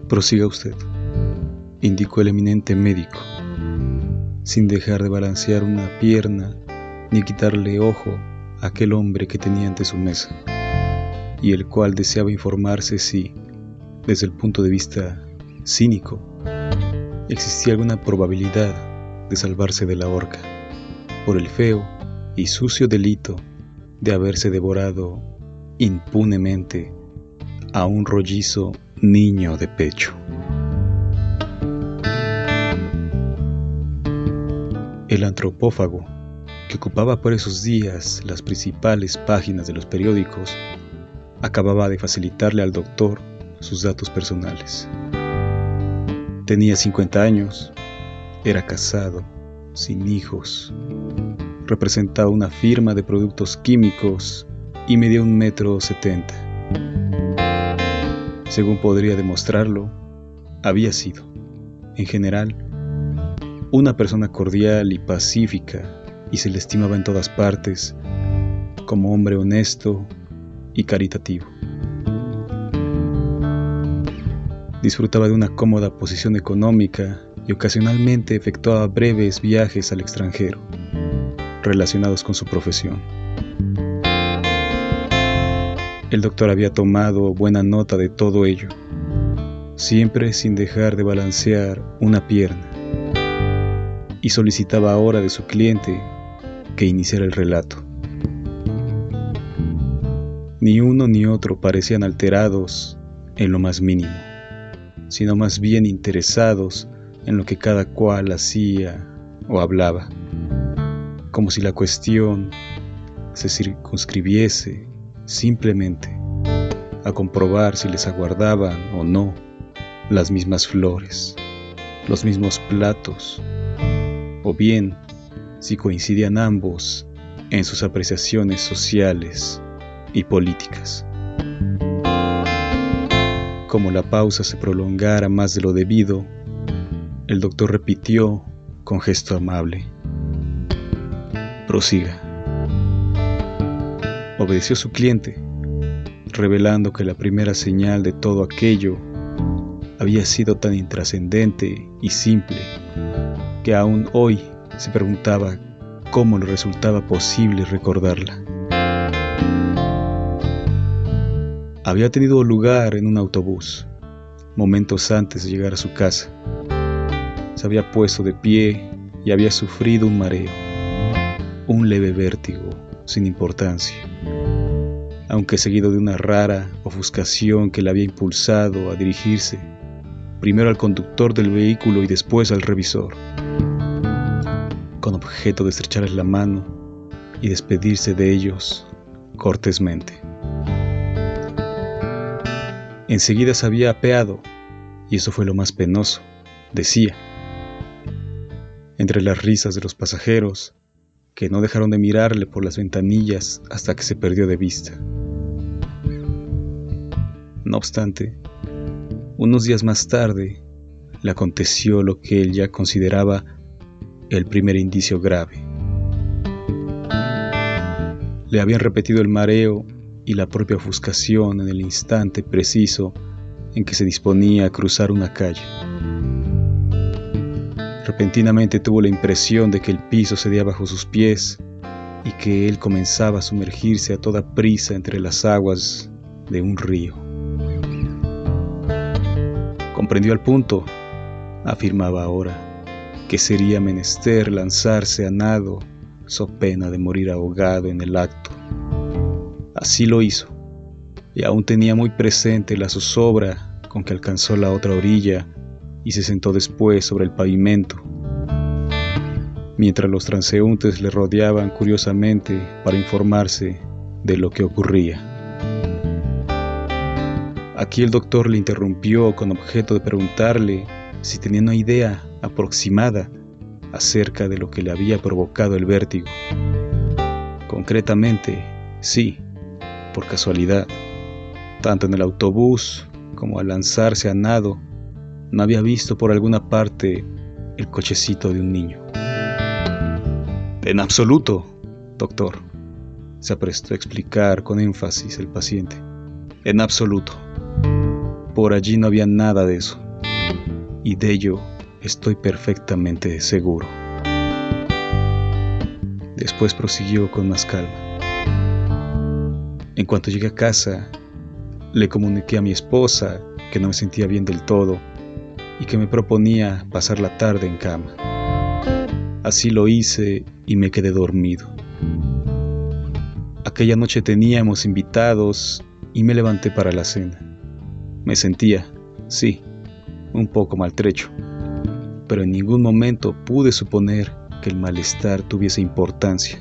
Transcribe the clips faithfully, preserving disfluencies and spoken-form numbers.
Prosiga usted, indicó el eminente médico, sin dejar de balancear una pierna ni quitarle ojo a aquel hombre que tenía ante su mesa, y el cual deseaba informarse si, desde el punto de vista cínico, existía alguna probabilidad de salvarse de la horca, por el feo y sucio delito de haberse devorado impunemente a un rollizo niño de pecho. El antropófago, que ocupaba por esos días las principales páginas de los periódicos, acababa de facilitarle al doctor sus datos personales. Tenía cincuenta años, era casado, sin hijos, representaba una firma de productos químicos y medía un metro setenta. Según podría demostrarlo, había sido, en general, una persona cordial y pacífica, y se le estimaba en todas partes como hombre honesto y caritativo. Disfrutaba de una cómoda posición económica y ocasionalmente efectuaba breves viajes al extranjero, relacionados con su profesión. El doctor había tomado buena nota de todo ello, siempre sin dejar de balancear una pierna, y solicitaba ahora de su cliente que iniciara el relato. Ni uno ni otro parecían alterados en lo más mínimo, sino más bien interesados en lo que cada cual hacía o hablaba, como si la cuestión se circunscribiese simplemente a comprobar si les aguardaban o no las mismas flores, los mismos platos, o bien si coincidían ambos en sus apreciaciones sociales y políticas. Como la pausa se prolongara más de lo debido, el doctor repitió con gesto amable: prosiga. Obedeció su cliente, revelando que la primera señal de todo aquello había sido tan intrascendente y simple que aún hoy se preguntaba cómo le resultaba posible recordarla. Había tenido lugar en un autobús, momentos antes de llegar a su casa. Se había puesto de pie y había sufrido un mareo, un leve vértigo sin importancia, aunque seguido de una rara ofuscación que le había impulsado a dirigirse primero al conductor del vehículo y después al revisor, con objeto de estrecharles la mano y despedirse de ellos cortésmente. Enseguida se había apeado, y eso fue lo más penoso, decía, entre las risas de los pasajeros, que no dejaron de mirarle por las ventanillas hasta que se perdió de vista. No obstante, unos días más tarde, le aconteció lo que él ya consideraba el primer indicio grave. Le habían repetido el mareo y la propia ofuscación en el instante preciso en que se disponía a cruzar una calle. Repentinamente tuvo la impresión de que el piso cedía bajo sus pies y que él comenzaba a sumergirse a toda prisa entre las aguas de un río. Comprendió al punto, afirmaba ahora, que sería menester lanzarse a nado so pena de morir ahogado en el acto. Así lo hizo, y aún tenía muy presente la zozobra con que alcanzó la otra orilla y se sentó después sobre el pavimento, mientras los transeúntes le rodeaban curiosamente para informarse de lo que ocurría. Aquí el doctor le interrumpió con objeto de preguntarle si tenía una idea aproximada acerca de lo que le había provocado el vértigo. Concretamente, sí, por casualidad, tanto en el autobús como al lanzarse a nado, no había visto por alguna parte el cochecito de un niño. En absoluto, doctor, se aprestó a explicar con énfasis el paciente. En absoluto. Por allí no había nada de eso, y de ello estoy perfectamente seguro. Después prosiguió con más calma. En cuanto llegué a casa, le comuniqué a mi esposa que no me sentía bien del todo y que me proponía pasar la tarde en cama. Así lo hice y me quedé dormido. Aquella noche teníamos invitados y me levanté para la cena. Me sentía, sí, un poco maltrecho, pero en ningún momento pude suponer que el malestar tuviese importancia.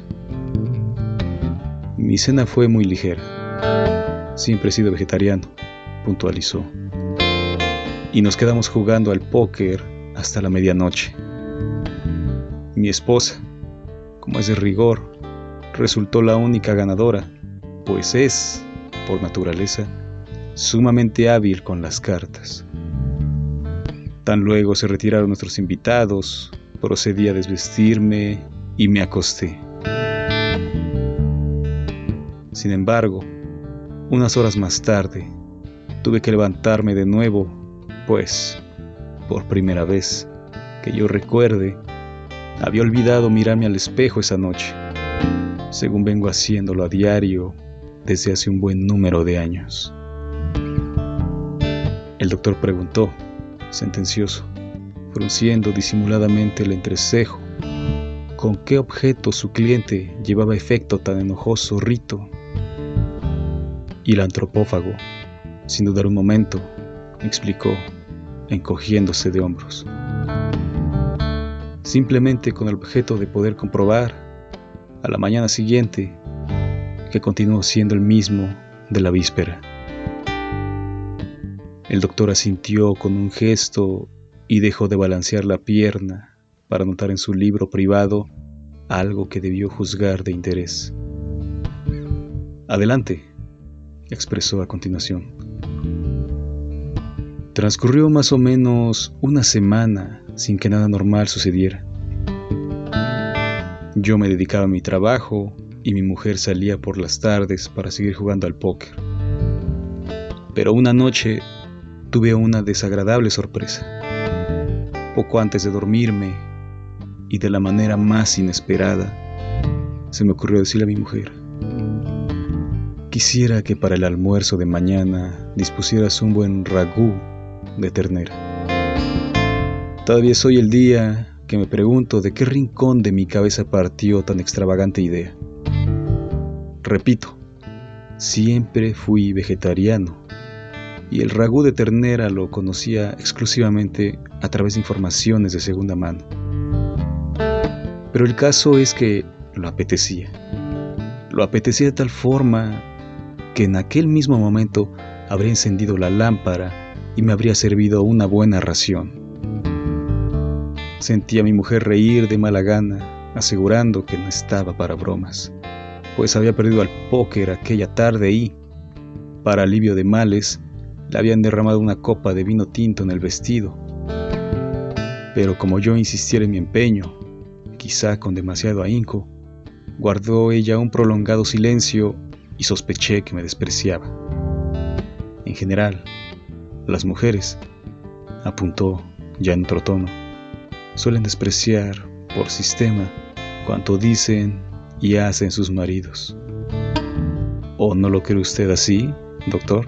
Mi cena fue muy ligera. Siempre he sido vegetariano, puntualizó. Y nos quedamos jugando al póker hasta la medianoche. Mi esposa, como es de rigor, resultó la única ganadora, pues es, por naturaleza, sumamente hábil con las cartas. Tan luego se retiraron nuestros invitados, procedí a desvestirme y me acosté. Sin embargo, unas horas más tarde, tuve que levantarme de nuevo, pues, por primera vez que yo recuerde, había olvidado mirarme al espejo esa noche, según vengo haciéndolo a diario desde hace un buen número de años. El doctor preguntó, sentencioso, frunciendo disimuladamente el entrecejo, con qué objeto su cliente llevaba efecto tan enojoso rito. Y el antropófago, sin dudar un momento, explicó, encogiéndose de hombros. Simplemente con el objeto de poder comprobar, a la mañana siguiente, que continuó siendo el mismo de la víspera. El doctor asintió con un gesto y dejó de balancear la pierna para anotar en su libro privado algo que debió juzgar de interés. Adelante, expresó a continuación. Transcurrió más o menos una semana sin que nada normal sucediera. Yo me dedicaba a mi trabajo y mi mujer salía por las tardes para seguir jugando al póker. Pero una noche tuve una desagradable sorpresa. Poco antes de dormirme, y de la manera más inesperada, se me ocurrió decirle a mi mujer: quisiera que para el almuerzo de mañana dispusieras un buen ragú de ternera. Todavía es hoy el día que me pregunto de qué rincón de mi cabeza partió tan extravagante idea. Repito, siempre fui vegetariano y el ragú de ternera lo conocía exclusivamente a través de informaciones de segunda mano. Pero el caso es que lo apetecía. Lo apetecía de tal forma que en aquel mismo momento habría encendido la lámpara y me habría servido una buena ración. Sentí a mi mujer reír de mala gana, asegurando que no estaba para bromas, pues había perdido al póker aquella tarde y, para alivio de males, le habían derramado una copa de vino tinto en el vestido. Pero como yo insistiera en mi empeño, quizá con demasiado ahínco, guardó ella un prolongado silencio y sospeché que me despreciaba. En general, las mujeres, apuntó ya en otro tono, suelen despreciar, por sistema, cuanto dicen y hacen sus maridos. ¿O no lo cree usted así, doctor?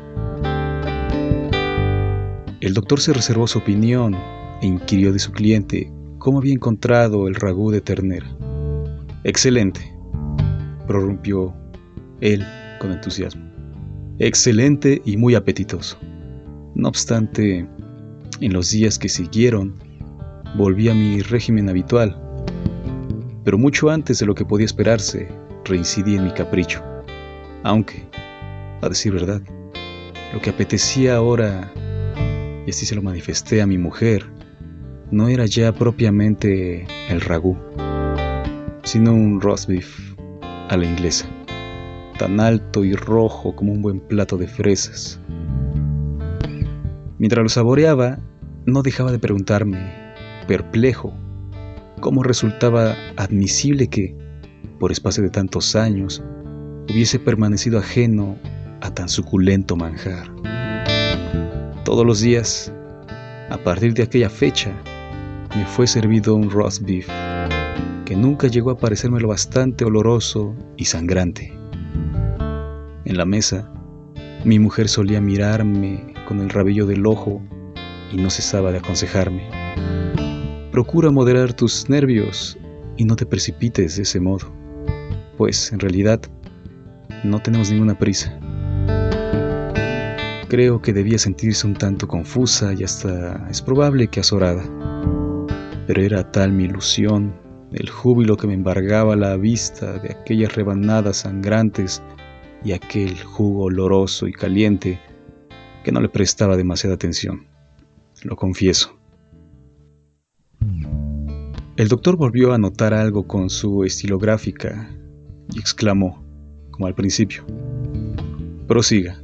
El doctor se reservó su opinión e inquirió de su cliente cómo había encontrado el ragú de ternera. Excelente, prorrumpió él con entusiasmo. Excelente y muy apetitoso. No obstante, en los días que siguieron, volví a mi régimen habitual, pero mucho antes de lo que podía esperarse, reincidí en mi capricho. Aunque, a decir verdad, lo que apetecía ahora, y así se lo manifesté a mi mujer, no era ya propiamente el ragú, sino un roast beef a la inglesa, tan alto y rojo como un buen plato de fresas. Mientras lo saboreaba, no dejaba de preguntarme, perplejo, cómo resultaba admisible que, por espacio de tantos años, hubiese permanecido ajeno a tan suculento manjar. Todos los días, a partir de aquella fecha, me fue servido un roast beef, que nunca llegó a parecerme lo bastante oloroso y sangrante. En la mesa, mi mujer solía mirarme con el rabillo del ojo y no cesaba de aconsejarme: procura moderar tus nervios y no te precipites de ese modo, pues en realidad no tenemos ninguna prisa. Creo que debía sentirse un tanto confusa y hasta es probable que azorada, pero era tal mi ilusión, el júbilo que me embargaba la vista de aquellas rebanadas sangrantes y aquel jugo oloroso y caliente, que no le prestaba demasiada atención, lo confieso. El doctor volvió a notar algo con su estilográfica y exclamó, como al principio: prosiga.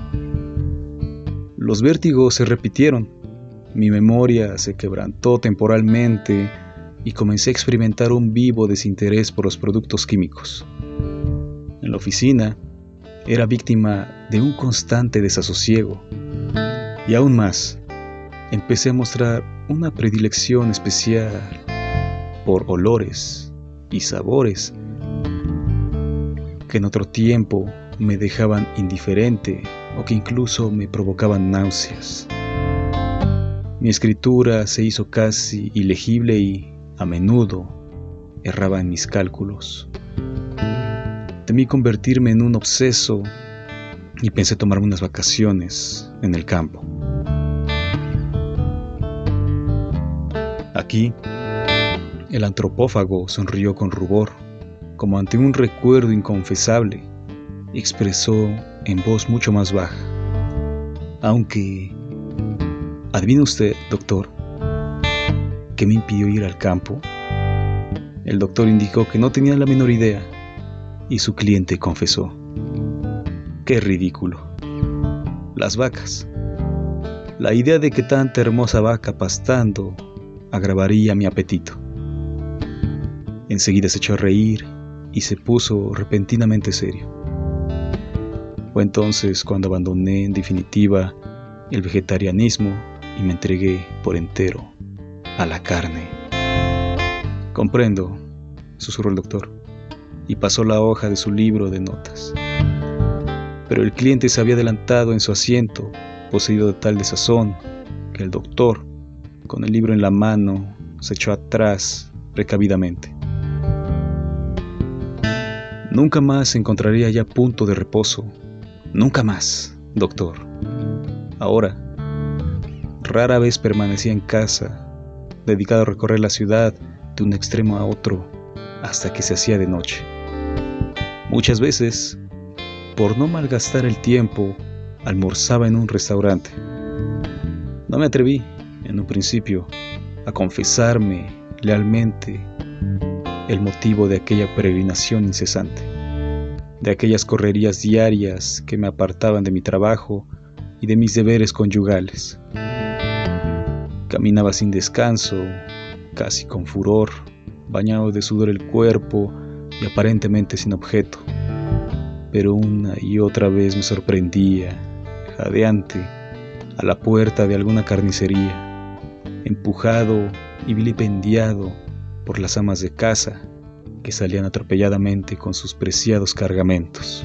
Los vértigos se repitieron, mi memoria se quebrantó temporalmente y comencé a experimentar un vivo desinterés por los productos químicos. En la oficina era víctima de un constante desasosiego y aún más, empecé a mostrar una predilección especial por olores y sabores que en otro tiempo me dejaban indiferente o que incluso me provocaban náuseas. Mi escritura se hizo casi ilegible y, a menudo, erraba en mis cálculos. Temí convertirme en un obseso y pensé tomarme unas vacaciones en el campo. Aquí, el antropófago sonrió con rubor, como ante un recuerdo inconfesable, y expresó en voz mucho más baja: aunque, ¿adivina usted, doctor, qué me impidió ir al campo? El doctor indicó que no tenía la menor idea, y su cliente confesó: ¡qué ridículo! Las vacas. La idea de que tanta hermosa vaca pastando agravaría mi apetito. Enseguida se echó a reír y se puso repentinamente serio. Fue entonces cuando abandoné en definitiva el vegetarianismo y me entregué por entero a la carne. Comprendo, susurró el doctor, y pasó la hoja de su libro de notas. Pero el cliente se había adelantado en su asiento, poseído de tal desazón, que el doctor, con el libro en la mano, se echó atrás precavidamente. Nunca más encontraría ya punto de reposo. Nunca más, doctor. Ahora, rara vez permanecía en casa, dedicado a recorrer la ciudad de un extremo a otro hasta que se hacía de noche. Muchas veces, por no malgastar el tiempo, almorzaba en un restaurante. No me atreví, en un principio, a confesarme lealmente el motivo de aquella peregrinación incesante, de aquellas correrías diarias que me apartaban de mi trabajo y de mis deberes conyugales. Caminaba sin descanso, casi con furor, bañado de sudor el cuerpo y aparentemente sin objeto, pero una y otra vez me sorprendía, jadeante, a la puerta de alguna carnicería, empujado y vilipendiado por las amas de casa que salían atropelladamente con sus preciados cargamentos.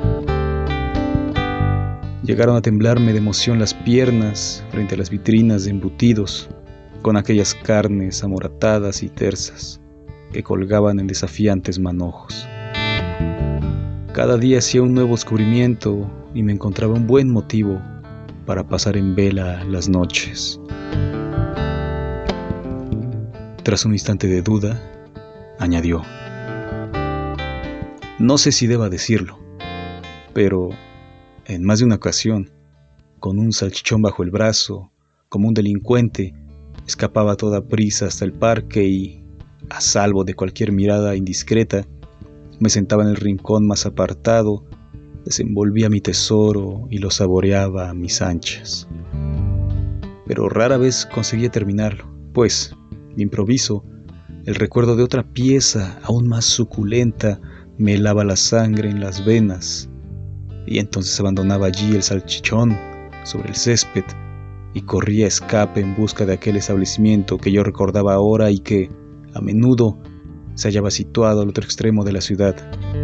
Llegaron a temblarme de emoción las piernas frente a las vitrinas de embutidos, con aquellas carnes amoratadas y tersas que colgaban en desafiantes manojos. Cada día hacía un nuevo descubrimiento y me encontraba un buen motivo para pasar en vela las noches. Tras un instante de duda, añadió: no sé si deba decirlo, pero en más de una ocasión, con un salchichón bajo el brazo, como un delincuente, escapaba a toda prisa hasta el parque y, a salvo de cualquier mirada indiscreta, me sentaba en el rincón más apartado, desenvolvía mi tesoro y lo saboreaba a mis anchas. Pero rara vez conseguía terminarlo, pues, de improviso, el recuerdo de otra pieza aún más suculenta me helaba la sangre en las venas, y entonces abandonaba allí el salchichón sobre el césped y corrí a escape en busca de aquel establecimiento que yo recordaba ahora y que, a menudo, se hallaba situado al otro extremo de la ciudad.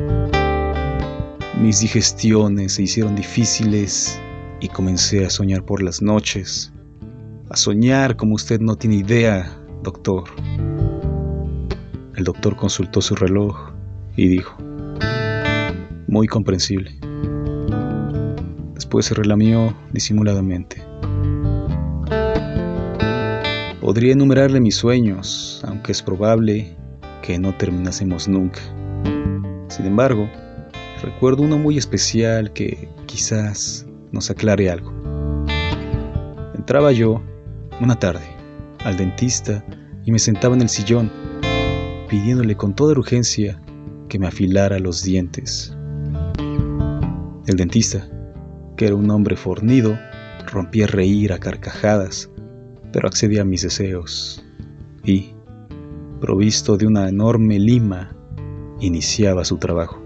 Mis digestiones se hicieron difíciles y comencé a soñar por las noches. A soñar como usted no tiene idea, doctor. El doctor consultó su reloj y dijo: muy comprensible. Después se relamió disimuladamente. Podría enumerarle mis sueños, aunque es probable que no terminásemos nunca. Sin embargo, recuerdo uno muy especial que quizás nos aclare algo. Entraba yo, una tarde, al dentista y me sentaba en el sillón, pidiéndole con toda urgencia que me afilara los dientes. El dentista, que era un hombre fornido, rompía a reír a carcajadas, pero accedía a mis deseos y, provisto de una enorme lima, iniciaba su trabajo.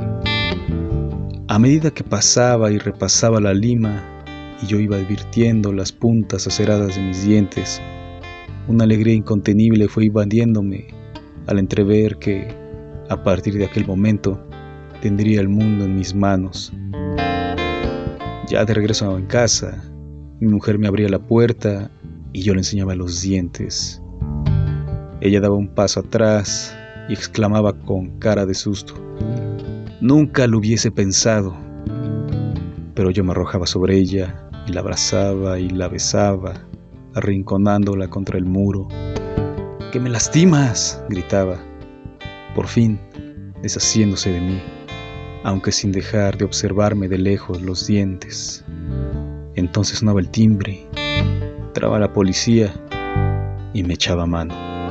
A medida que pasaba y repasaba la lima y yo iba advirtiendo las puntas aceradas de mis dientes, una alegría incontenible fue invadiéndome al entrever que, a partir de aquel momento, tendría el mundo en mis manos. Ya de regreso en casa, mi mujer me abría la puerta y yo le enseñaba los dientes. Ella daba un paso atrás y exclamaba con cara de susto: nunca lo hubiese pensado. Pero yo me arrojaba sobre ella y la abrazaba y la besaba, arrinconándola contra el muro. ¡Que me lastimas!, gritaba, por fin deshaciéndose de mí, aunque sin dejar de observarme de lejos los dientes. Entonces sonaba el timbre, entraba la policía y me echaba mano.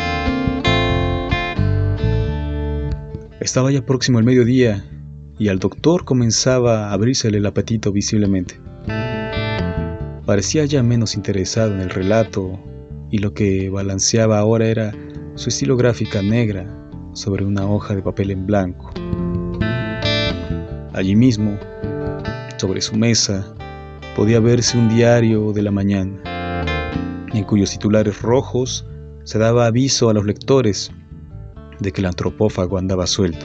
Estaba ya próximo el mediodía y al doctor comenzaba a abrírsele el apetito visiblemente. Parecía ya menos interesado en el relato y lo que balanceaba ahora era su estilográfica negra sobre una hoja de papel en blanco. Allí mismo, sobre su mesa, podía verse un diario de la mañana, en cuyos titulares rojos se daba aviso a los lectores de que el antropófago andaba suelto.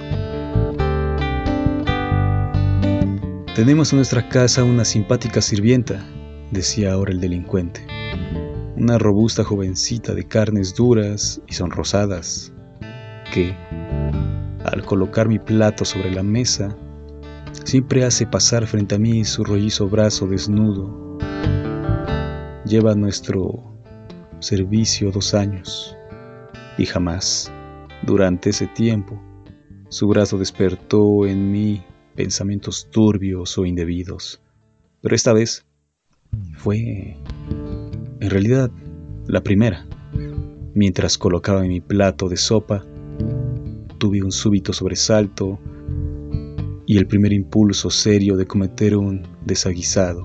Tenemos en nuestra casa una simpática sirvienta, decía ahora el delincuente, una robusta jovencita de carnes duras y sonrosadas, que, al colocar mi plato sobre la mesa, siempre hace pasar frente a mí su rollizo brazo desnudo. Lleva a nuestro servicio dos años, y jamás, durante ese tiempo, su brazo despertó en mí pensamientos turbios o indebidos. Pero esta vez fue, en realidad, la primera. Mientras colocaba mi plato de sopa, tuve un súbito sobresalto y el primer impulso serio de cometer un desaguisado.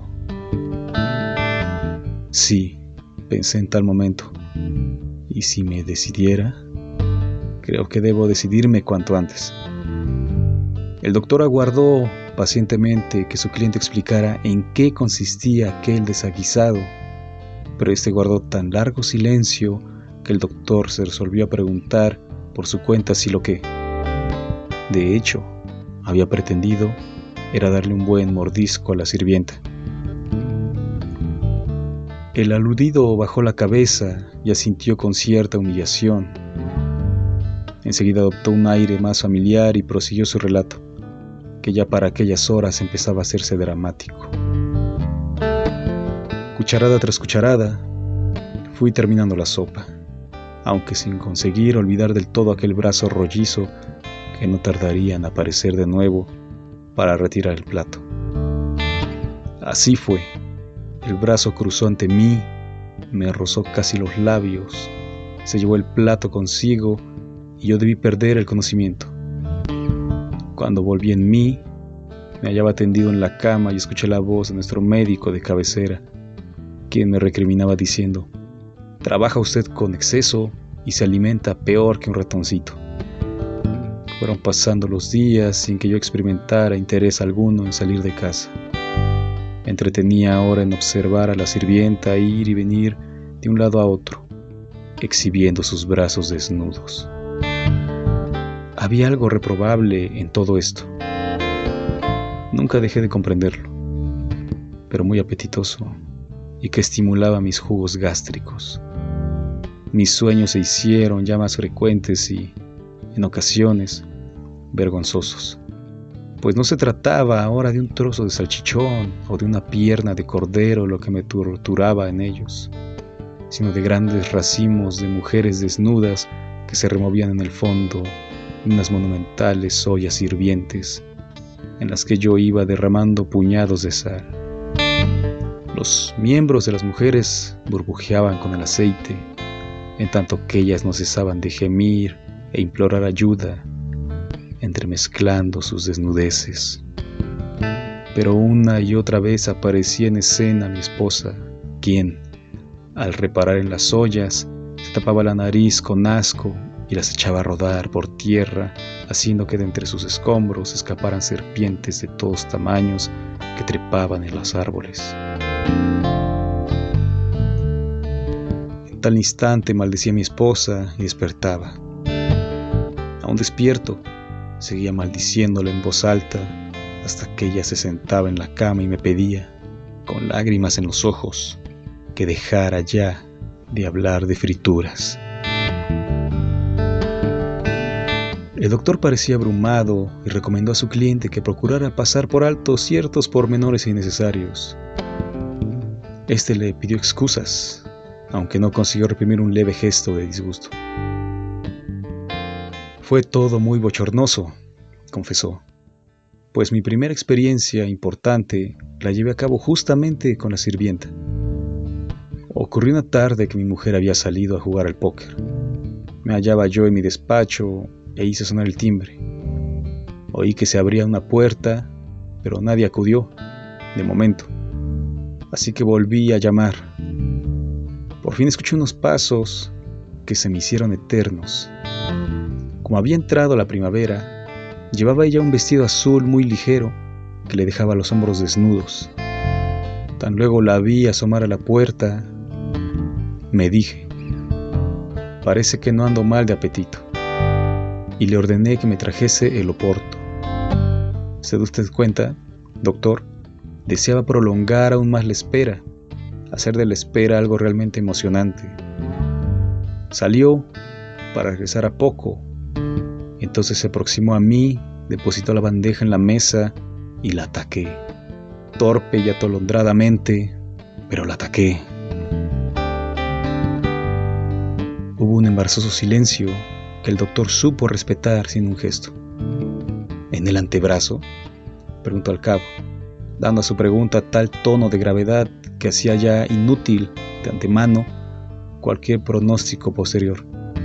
Sí, pensé en tal momento, ¿y si me decidiera? Creo que debo decidirme cuanto antes. El doctor aguardó pacientemente que su cliente explicara en qué consistía aquel desaguisado, pero este guardó tan largo silencio que el doctor se resolvió a preguntar por su cuenta si lo que, de hecho, había pretendido era darle un buen mordisco a la sirvienta. El aludido bajó la cabeza y asintió con cierta humillación. Enseguida adoptó un aire más familiar y prosiguió su relato, que ya para aquellas horas empezaba a hacerse dramático. Cucharada tras cucharada, fui terminando la sopa, aunque sin conseguir olvidar del todo aquel brazo rollizo que no tardaría en aparecer de nuevo para retirar el plato. Así fue. El brazo cruzó ante mí, me rozó casi los labios, se llevó el plato consigo y yo debí perder el conocimiento. Cuando volví en mí, me hallaba tendido en la cama y escuché la voz de nuestro médico de cabecera, quien me recriminaba diciendo: «Trabaja usted con exceso y se alimenta peor que un ratoncito». Fueron pasando los días sin que yo experimentara interés alguno en salir de casa. Me entretenía ahora en observar a la sirvienta ir y venir de un lado a otro, exhibiendo sus brazos desnudos. Había algo reprobable en todo esto. Nunca dejé de comprenderlo, pero muy apetitoso y que estimulaba mis jugos gástricos. Mis sueños se hicieron ya más frecuentes y, en ocasiones, vergonzosos, pues no se trataba ahora de un trozo de salchichón o de una pierna de cordero lo que me torturaba en ellos, sino de grandes racimos de mujeres desnudas que se removían en el fondo de unas monumentales ollas hirvientes en las que yo iba derramando puñados de sal. Los miembros de las mujeres burbujeaban con el aceite, en tanto que ellas no cesaban de gemir e implorar ayuda, entremezclando sus desnudeces. Pero una y otra vez aparecía en escena mi esposa, quien, al reparar en las ollas, se tapaba la nariz con asco y las echaba a rodar por tierra, haciendo que de entre sus escombros escaparan serpientes de todos tamaños que trepaban en los árboles. En tal instante maldecía a mi esposa y despertaba. Aún despierto, seguía maldiciéndola en voz alta hasta que ella se sentaba en la cama y me pedía, con lágrimas en los ojos, que dejara ya de hablar de frituras. El doctor parecía abrumado y recomendó a su cliente que procurara pasar por alto ciertos pormenores innecesarios. Este le pidió excusas, aunque no consiguió reprimir un leve gesto de disgusto. Fue todo muy bochornoso, confesó, pues mi primera experiencia importante la llevé a cabo justamente con la sirvienta. Ocurrió una tarde que mi mujer había salido a jugar al póker. Me hallaba yo en mi despacho e hice sonar el timbre. Oí que se abría una puerta, pero nadie acudió, de momento. Así que volví a llamar. Por fin escuché unos pasos que se me hicieron eternos. Como había entrado la primavera, llevaba ella un vestido azul muy ligero que le dejaba los hombros desnudos. Tan luego la vi asomar a la puerta, me dije, parece que no ando mal de apetito, y le ordené que me trajese el oporto. ¿Se da usted cuenta, doctor? Deseaba prolongar aún más la espera, hacer de la espera algo realmente emocionante. Salió para regresar a poco. Entonces se aproximó a mí, depositó la bandeja en la mesa y la ataqué. Torpe y atolondradamente, pero la ataqué. Hubo un embarazoso silencio que el doctor supo respetar sin un gesto. ¿En el antebrazo?, preguntó al cabo, dando a su pregunta tal tono de gravedad que hacía ya inútil de antemano cualquier pronóstico posterior.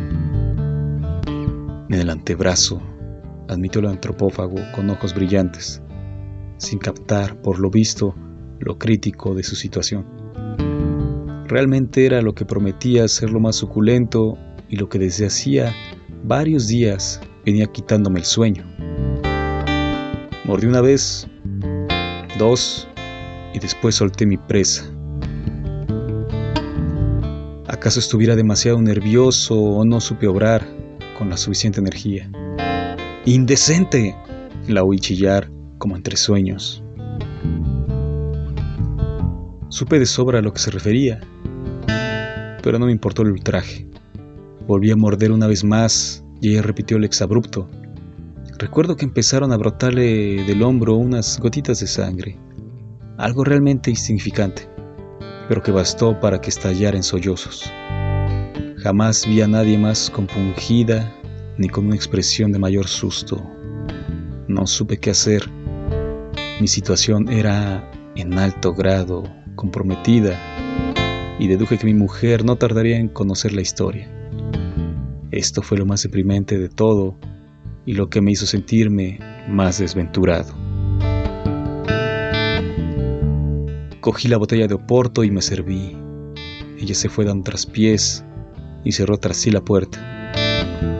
En el antebrazo, admitió el antropófago con ojos brillantes, sin captar, por lo visto, lo crítico de su situación. Realmente era lo que prometía ser lo más suculento y lo que desde hacía varios días venía quitándome el sueño. Mordí una vez, dos, y después solté mi presa. ¿Acaso estuviera demasiado nervioso o no supe obrar con la suficiente energía? ¡Indecente!, la oí chillar como entre sueños. Supe de sobra a lo que se refería, pero no me importó el ultraje. Volví a morder una vez más y ella repitió el exabrupto. Recuerdo que empezaron a brotarle del hombro unas gotitas de sangre, algo realmente insignificante, pero que bastó para que estallara en sollozos. Jamás vi a nadie más compungida ni con una expresión de mayor susto. No supe qué hacer. Mi situación era en alto grado comprometida y deduje que mi mujer no tardaría en conocer la historia. Esto fue lo más deprimente de todo y lo que me hizo sentirme más desventurado. Cogí la botella de oporto y me serví. Ella se fue dando traspiés y cerró tras sí la puerta.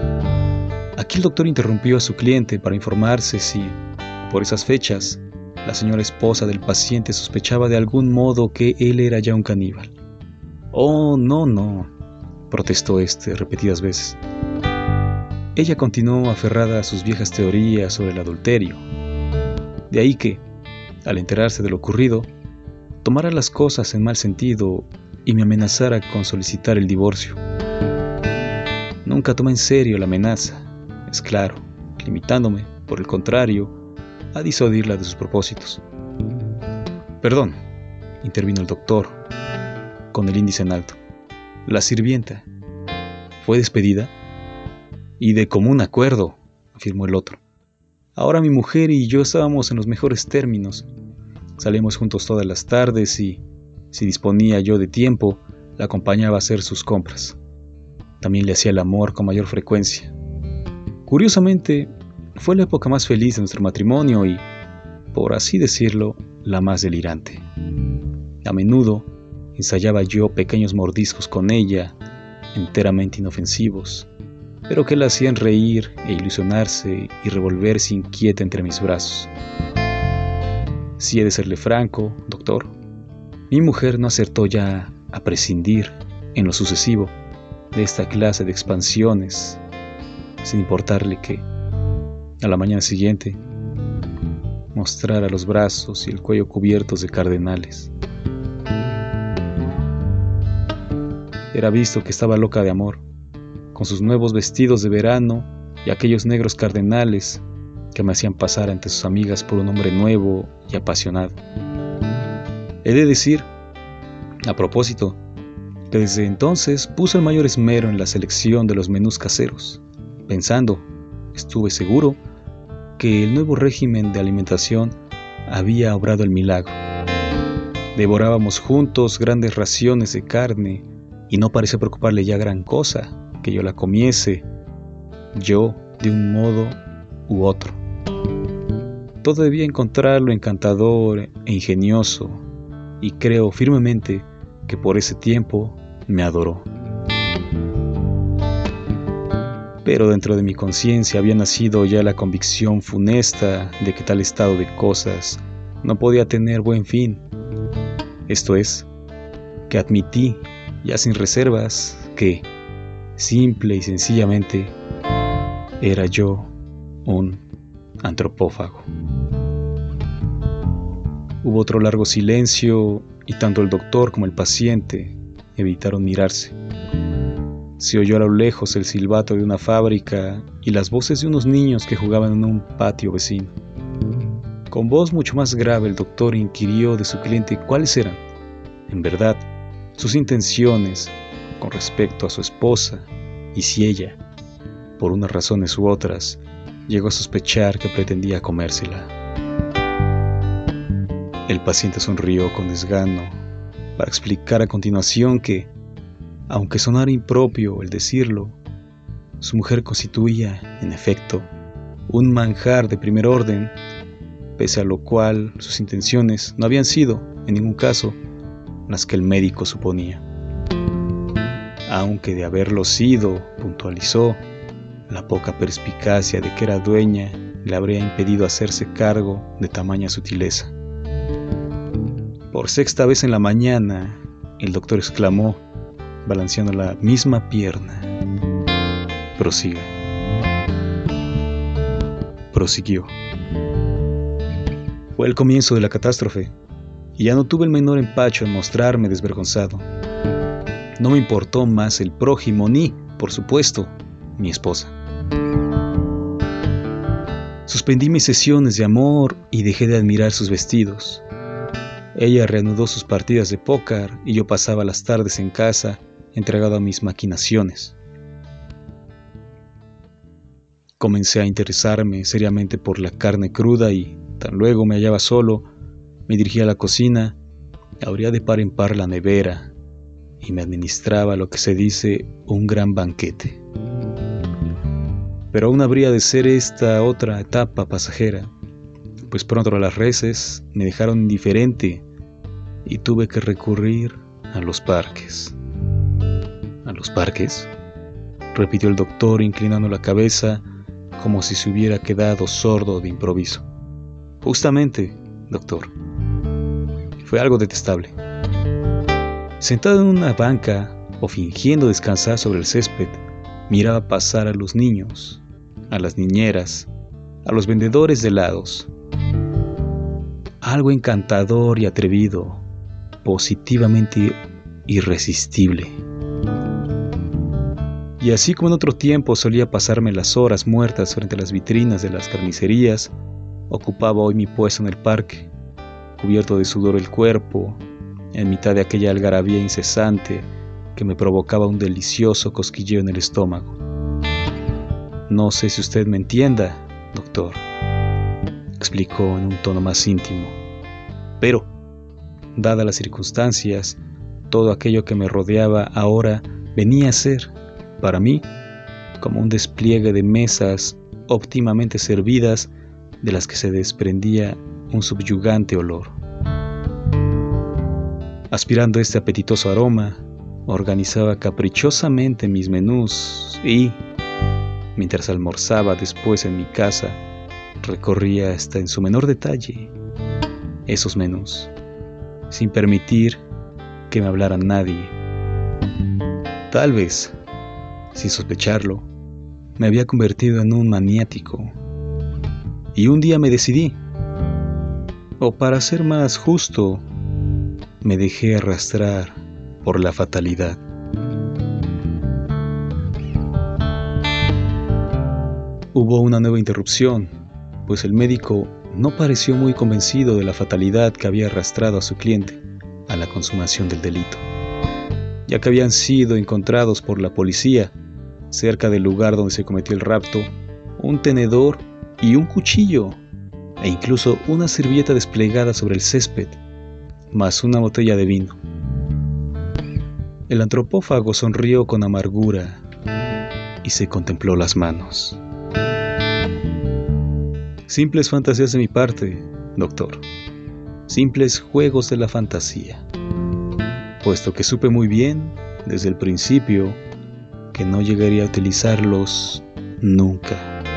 Aquí el doctor interrumpió a su cliente para informarse si, por esas fechas, la La señora esposa del paciente sospechaba de algún modo que él era ya un caníbal. «Oh, no, no», protestó éste repetidas veces. Ella continuó aferrada a sus viejas teorías sobre el adulterio. De ahí que, al enterarse de lo ocurrido, tomara las cosas en mal sentido y me amenazara con solicitar el divorcio. Nunca tomé en serio la amenaza, es claro, limitándome, por el contrario, a disuadirla de sus propósitos. «Perdón», intervino el doctor, con el índice en alto. «La sirvienta fue despedida». «Y de común acuerdo», afirmó el otro. «Ahora mi mujer y yo estábamos en los mejores términos. Salíamos juntos todas las tardes y, si disponía yo de tiempo, la acompañaba a hacer sus compras. También le hacía el amor con mayor frecuencia. Curiosamente, fue la época más feliz de nuestro matrimonio y, por así decirlo, la más delirante. A menudo ensayaba yo pequeños mordiscos con ella, enteramente inofensivos, pero que la hacían reír e ilusionarse y revolverse inquieta entre mis brazos. Si he de serle franco, doctor, mi mujer no acertó ya a prescindir, en lo sucesivo, de esta clase de expansiones, sin importarle que, a la mañana siguiente, mostrara los brazos y el cuello cubiertos de cardenales. Era visto que estaba loca de amor, con sus nuevos vestidos de verano y aquellos negros cardenales que me hacían pasar ante sus amigas por un hombre nuevo y apasionado. He de decir, a propósito, que desde entonces puso el mayor esmero en la selección de los menús caseros, pensando, estuve seguro, que el nuevo régimen de alimentación había obrado el milagro. Devorábamos juntos grandes raciones de carne y no parecía preocuparle ya gran cosa que yo la comiese, yo de un modo u otro. Todo debía encontrarlo encantador e ingenioso, y creo firmemente que por ese tiempo me adoró. Pero dentro de mi conciencia había nacido ya la convicción funesta de que tal estado de cosas no podía tener buen fin. Esto es, que admití, ya sin reservas, que, simple y sencillamente, era yo un antropófago. Hubo otro largo silencio y tanto el doctor como el paciente evitaron mirarse. Se oyó a lo lejos el silbato de una fábrica y las voces de unos niños que jugaban en un patio vecino. Con voz mucho más grave el doctor inquirió de su cliente cuáles eran, en verdad, sus intenciones con respecto a su esposa y si ella, por unas razones u otras, llegó a sospechar que pretendía comérsela. El paciente sonrió con desgano para explicar a continuación que, aunque sonara impropio el decirlo, su mujer constituía, en efecto, un manjar de primer orden, pese a lo cual sus intenciones no habían sido, en ningún caso, las que el médico suponía. Aunque de haberlo sido, puntualizó, la poca perspicacia de que era dueña le habría impedido hacerse cargo de tamaña sutileza. Por sexta vez en la mañana, el doctor exclamó, balanceando la misma pierna: «Prosiga». Prosiguió. Fue el comienzo de la catástrofe, y ya no tuve el menor empacho en mostrarme desvergonzado. No me importó más el prójimo ni, por supuesto, mi esposa. Suspendí mis sesiones de amor y dejé de admirar sus vestidos. Ella reanudó sus partidas de póker y yo pasaba las tardes en casa entregado a mis maquinaciones. Comencé a interesarme seriamente por la carne cruda y, tan luego me hallaba solo, me dirigía a la cocina, abría de par en par la nevera y me administraba lo que se dice un gran banquete. Pero aún habría de ser esta otra etapa pasajera, pues pronto las reses me dejaron indiferente y tuve que recurrir a los parques. ¿A los parques?, repitió el doctor inclinando la cabeza como si se hubiera quedado sordo de improviso. Justamente, doctor. Fue algo detestable. Sentado en una banca o fingiendo descansar sobre el césped, miraba pasar a los niños, a las niñeras, a los vendedores de helados. Algo encantador y atrevido, positivamente irresistible. Y así como en otro tiempo solía pasarme las horas muertas frente a las vitrinas de las carnicerías, ocupaba hoy mi puesto en el parque, cubierto de sudor el cuerpo, en mitad de aquella algarabía incesante que me provocaba un delicioso cosquilleo en el estómago. No sé si usted me entienda, doctor, explicó en un tono más íntimo, pero, dadas las circunstancias, todo aquello que me rodeaba ahora venía a ser, para mí, como un despliegue de mesas óptimamente servidas de las que se desprendía un subyugante olor. Aspirando este apetitoso aroma, organizaba caprichosamente mis menús y, mientras almorzaba después en mi casa, recorría hasta en su menor detalle esos menús, sin permitir que me hablara nadie. Tal vez, sin sospecharlo, me había convertido en un maniático. Y un día me decidí, o para ser más justo, me dejé arrastrar por la fatalidad. Hubo una nueva interrupción, pues el médico no pareció muy convencido de la fatalidad que había arrastrado a su cliente a la consumación del delito, ya que habían sido encontrados por la policía, cerca del lugar donde se cometió el rapto, un tenedor y un cuchillo, e incluso una servilleta desplegada sobre el césped, más una botella de vino. El antropófago sonrió con amargura y se contempló las manos. Simples fantasías de mi parte, doctor. Simples juegos de la fantasía. Puesto que supe muy bien, desde el principio, que no llegaría a utilizarlos nunca.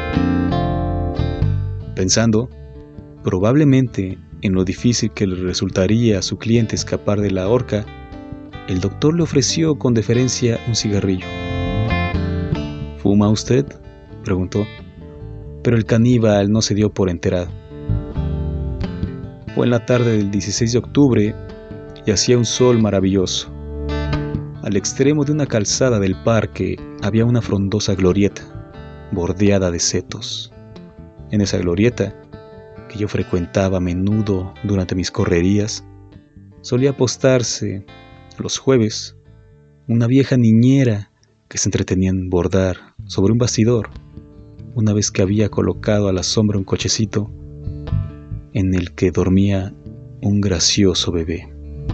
Pensando, probablemente, en lo difícil que le resultaría a su cliente escapar de la horca, el doctor le ofreció con deferencia un cigarrillo. ¿Fuma usted?, preguntó, pero el caníbal no se dio por enterado. Fue en la tarde del dieciséis de octubre y hacía un sol maravilloso. Al extremo de una calzada del parque había una frondosa glorieta, bordeada de setos. En esa glorieta, que yo frecuentaba a menudo durante mis correrías, solía apostarse, los jueves, una vieja niñera que se entretenía en bordar sobre un bastidor, una vez que había colocado a la sombra un cochecito en el que dormía un gracioso bebé.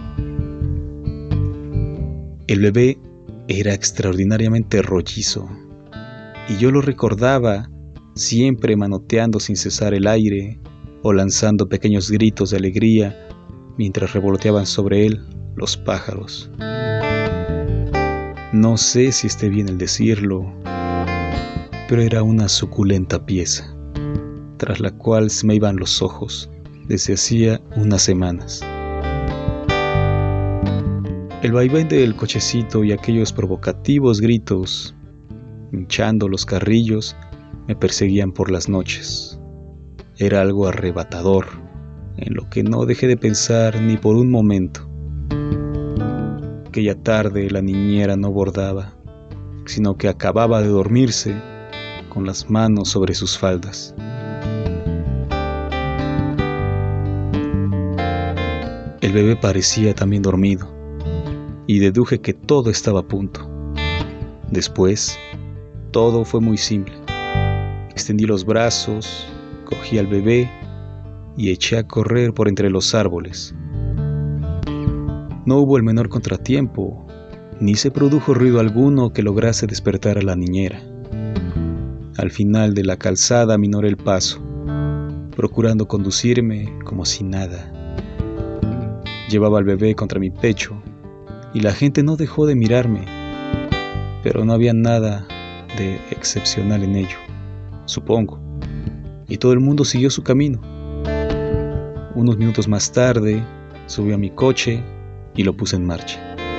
El bebé era extraordinariamente rollizo, y yo lo recordaba siempre manoteando sin cesar el aire o lanzando pequeños gritos de alegría mientras revoloteaban sobre él los pájaros. No sé si esté bien el decirlo, pero era una suculenta pieza, tras la cual se me iban los ojos desde hacía unas semanas. El vaivén del cochecito y aquellos provocativos gritos, hinchando los carrillos, me perseguían por las noches. Era algo arrebatador, en lo que no dejé de pensar ni por un momento. Aquella tarde la niñera no bordaba, sino que acababa de dormirse con las manos sobre sus faldas. El bebé parecía también dormido, y deduje que todo estaba a punto. Después, todo fue muy simple. Extendí los brazos, cogí al bebé y eché a correr por entre los árboles. No hubo el menor contratiempo, ni se produjo ruido alguno que lograse despertar a la niñera. Al final de la calzada aminoré el paso, procurando conducirme como si nada. Llevaba al bebé contra mi pecho y la gente no dejó de mirarme, pero no había nada de excepcional en ello, supongo, y todo el mundo siguió su camino. Unos minutos más tarde, subí a mi coche y lo puse en marcha.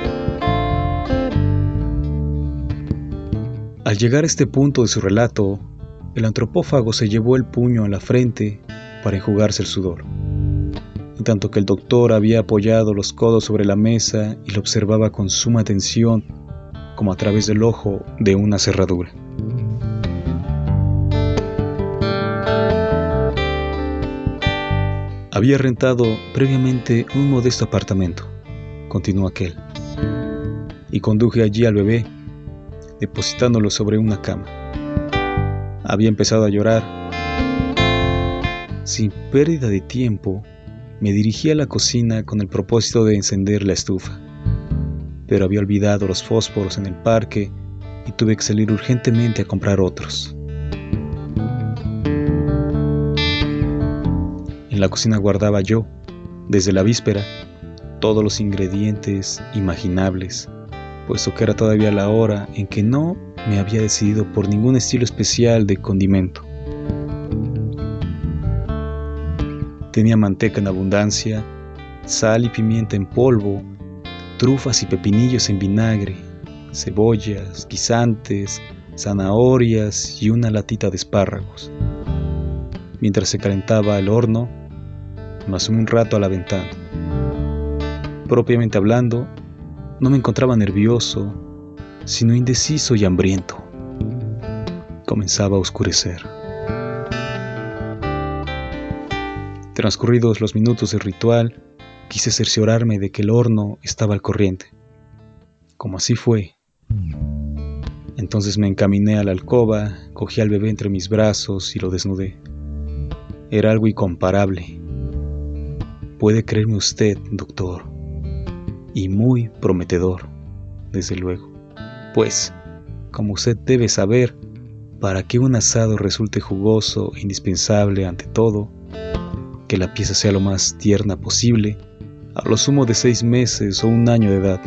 Al llegar a este punto de su relato, el antropófago se llevó el puño a la frente para enjugarse el sudor, en tanto que el doctor había apoyado los codos sobre la mesa y lo observaba con suma atención, como a través del ojo de una cerradura. Había rentado previamente un modesto apartamento, continuó aquel, y conduje allí al bebé, depositándolo sobre una cama. Había empezado a llorar. Sin pérdida de tiempo, me dirigí a la cocina con el propósito de encender la estufa, pero había olvidado los fósforos en el parque y tuve que salir urgentemente a comprar otros. En la cocina guardaba yo, desde la víspera, todos los ingredientes imaginables, puesto que era todavía la hora en que no me había decidido por ningún estilo especial de condimento. Tenía manteca en abundancia, sal y pimienta en polvo, trufas y pepinillos en vinagre, cebollas, guisantes, zanahorias y una latita de espárragos. Mientras se calentaba el horno, me asomé un rato a la ventana. Propiamente hablando, no me encontraba nervioso, sino indeciso y hambriento. Comenzaba a oscurecer. Transcurridos los minutos del ritual, quise cerciorarme de que el horno estaba al corriente. Como así fue, entonces me encaminé a la alcoba, cogí al bebé entre mis brazos y lo desnudé. Era algo incomparable. Puede creerme usted, doctor, y muy prometedor, desde luego, pues, como usted debe saber, para que un asado resulte jugoso e indispensable ante todo, que la pieza sea lo más tierna posible, a lo sumo de seis meses o un año de edad.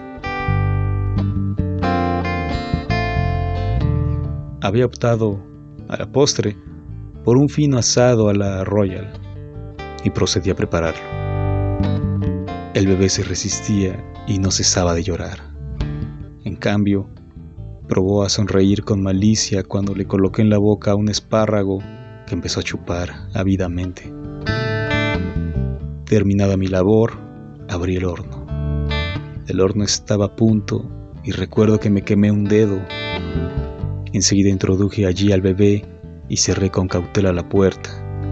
Había optado, a la postre, por un fino asado a la Royal, y procedí a prepararlo. El bebé se resistía y no cesaba de llorar. En cambio, probó a sonreír con malicia cuando le coloqué en la boca un espárrago que empezó a chupar ávidamente. Terminada mi labor, abrí el horno. El horno estaba a punto y recuerdo que me quemé un dedo. Enseguida introduje allí al bebé y cerré con cautela la puerta.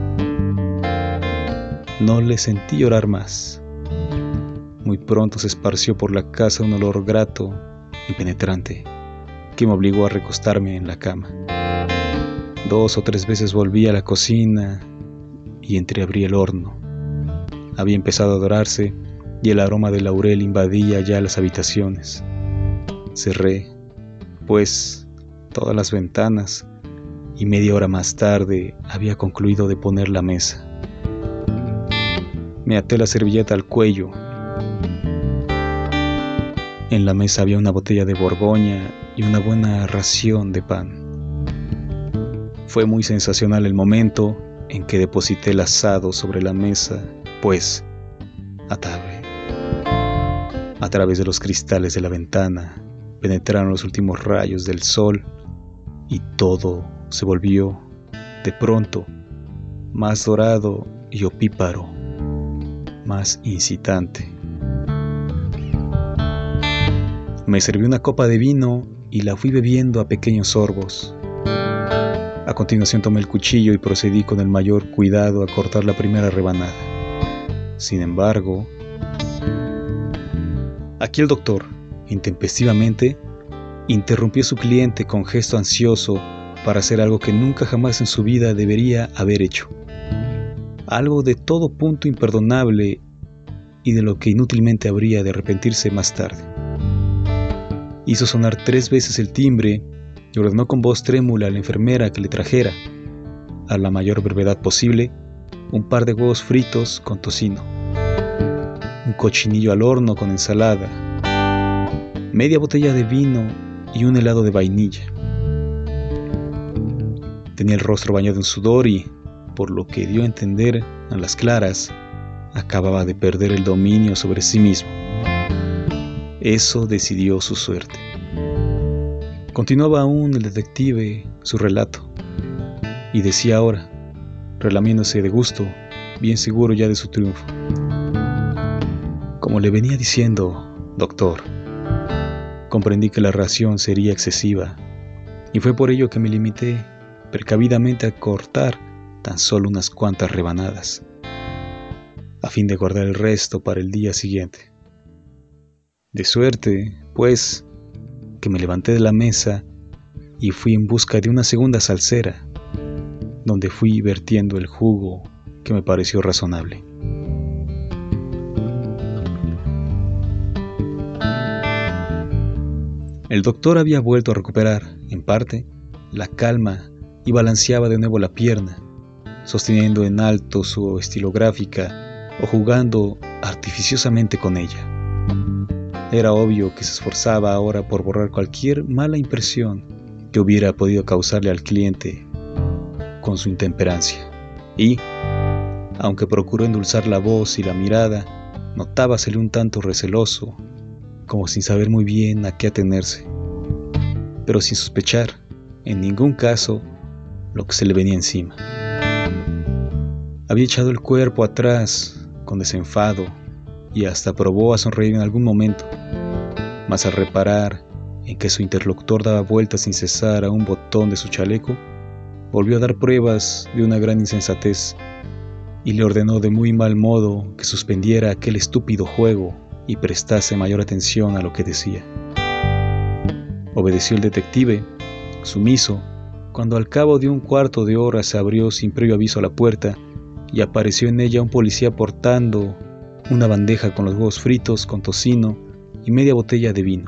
No le sentí llorar más. Muy pronto se esparció por la casa un olor grato y penetrante que me obligó a recostarme en la cama. Dos o tres veces volví a la cocina y entreabrí el horno. Había empezado a dorarse y el aroma del laurel invadía ya las habitaciones. Cerré, pues, todas las ventanas y media hora más tarde había concluido de poner la mesa. Me até la servilleta al cuello. En la mesa había una botella de Borgoña y una buena ración de pan. Fue muy sensacional el momento en que deposité el asado sobre la mesa, pues, a tarde, a través de los cristales de la ventana, penetraron los últimos rayos del sol y todo se volvió, de pronto, más dorado y opíparo, más incitante. Me serví una copa de vino y la fui bebiendo a pequeños sorbos. A continuación tomé el cuchillo y procedí con el mayor cuidado a cortar la primera rebanada. Sin embargo, aquí el doctor, intempestivamente, interrumpió a su cliente con gesto ansioso para hacer algo que nunca jamás en su vida debería haber hecho. Algo de todo punto imperdonable y de lo que inútilmente habría de arrepentirse más tarde. Hizo sonar tres veces el timbre y ordenó con voz trémula a la enfermera que le trajera, a la mayor brevedad posible, un par de huevos fritos con tocino, un cochinillo al horno con ensalada, media botella de vino y un helado de vainilla. Tenía el rostro bañado en sudor y, por lo que dio a entender a las claras, acababa de perder el dominio sobre sí mismo. Eso decidió su suerte. Continuaba aún el detective su relato, y decía ahora, relamiéndose de gusto, bien seguro ya de su triunfo: como le venía diciendo, doctor, comprendí que la ración sería excesiva, y fue por ello que me limité precavidamente a cortar tan solo unas cuantas rebanadas, a fin de guardar el resto para el día siguiente. De suerte, pues, que me levanté de la mesa y fui en busca de una segunda salsera, donde fui vertiendo el jugo que me pareció razonable. El doctor había vuelto a recuperar, en parte, la calma y balanceaba de nuevo la pierna, sosteniendo en alto su estilográfica o jugando artificiosamente con ella. Era obvio que se esforzaba ahora por borrar cualquier mala impresión que hubiera podido causarle al cliente con su intemperancia. Y, aunque procuró endulzar la voz y la mirada, notábasele un tanto receloso, como sin saber muy bien a qué atenerse, pero sin sospechar, en ningún caso, lo que se le venía encima. Había echado el cuerpo atrás con desenfado y hasta probó a sonreír en algún momento, mas al reparar en que su interlocutor daba vueltas sin cesar a un botón de su chaleco, volvió a dar pruebas de una gran insensatez y le ordenó de muy mal modo que suspendiera aquel estúpido juego y prestase mayor atención a lo que decía. Obedeció el detective, sumiso, cuando al cabo de un cuarto de hora se abrió sin previo aviso la puerta y apareció en ella un policía portando una bandeja con los huevos fritos con tocino y media botella de vino.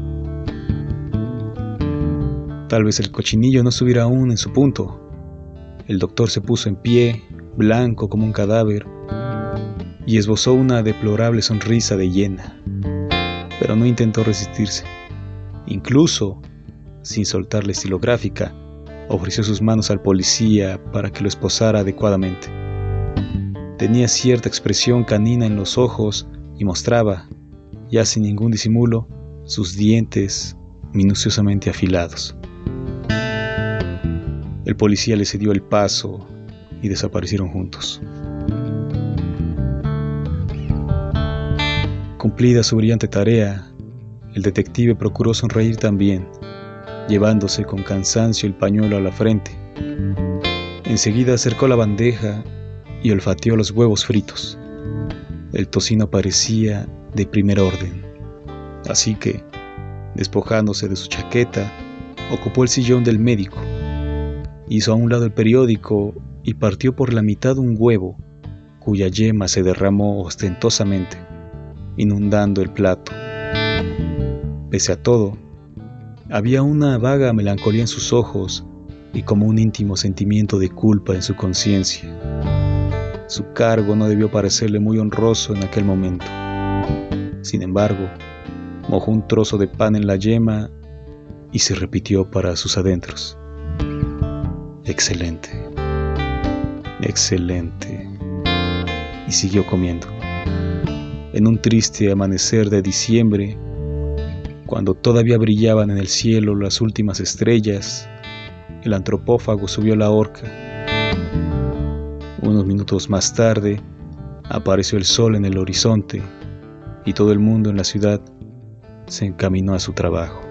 Tal vez el cochinillo no estuviera aún en su punto. El doctor se puso en pie, blanco como un cadáver, y esbozó una deplorable sonrisa de hiena, pero no intentó resistirse. Incluso, sin soltar la estilográfica, ofreció sus manos al policía para que lo esposara adecuadamente. Tenía cierta expresión canina en los ojos y mostraba, ya sin ningún disimulo, sus dientes minuciosamente afilados. El policía le cedió el paso y desaparecieron juntos. Cumplida su brillante tarea, el detective procuró sonreír también, llevándose con cansancio el pañuelo a la frente. Enseguida acercó la bandeja y olfateó los huevos fritos. El tocino parecía de primer orden, así que, despojándose de su chaqueta, ocupó el sillón del médico, hizo a un lado el periódico y partió por la mitad un huevo, cuya yema se derramó ostentosamente, inundando el plato. Pese a todo, había una vaga melancolía en sus ojos y como un íntimo sentimiento de culpa en su conciencia. Su cargo no debió parecerle muy honroso en aquel momento. Sin embargo, mojó un trozo de pan en la yema y se repitió para sus adentros: excelente, excelente. Y siguió comiendo. En un triste amanecer de diciembre, cuando todavía brillaban en el cielo las últimas estrellas, el antropófago subió la horca. Unos minutos más tarde, apareció el sol en el horizonte y todo el mundo en la ciudad se encaminó a su trabajo.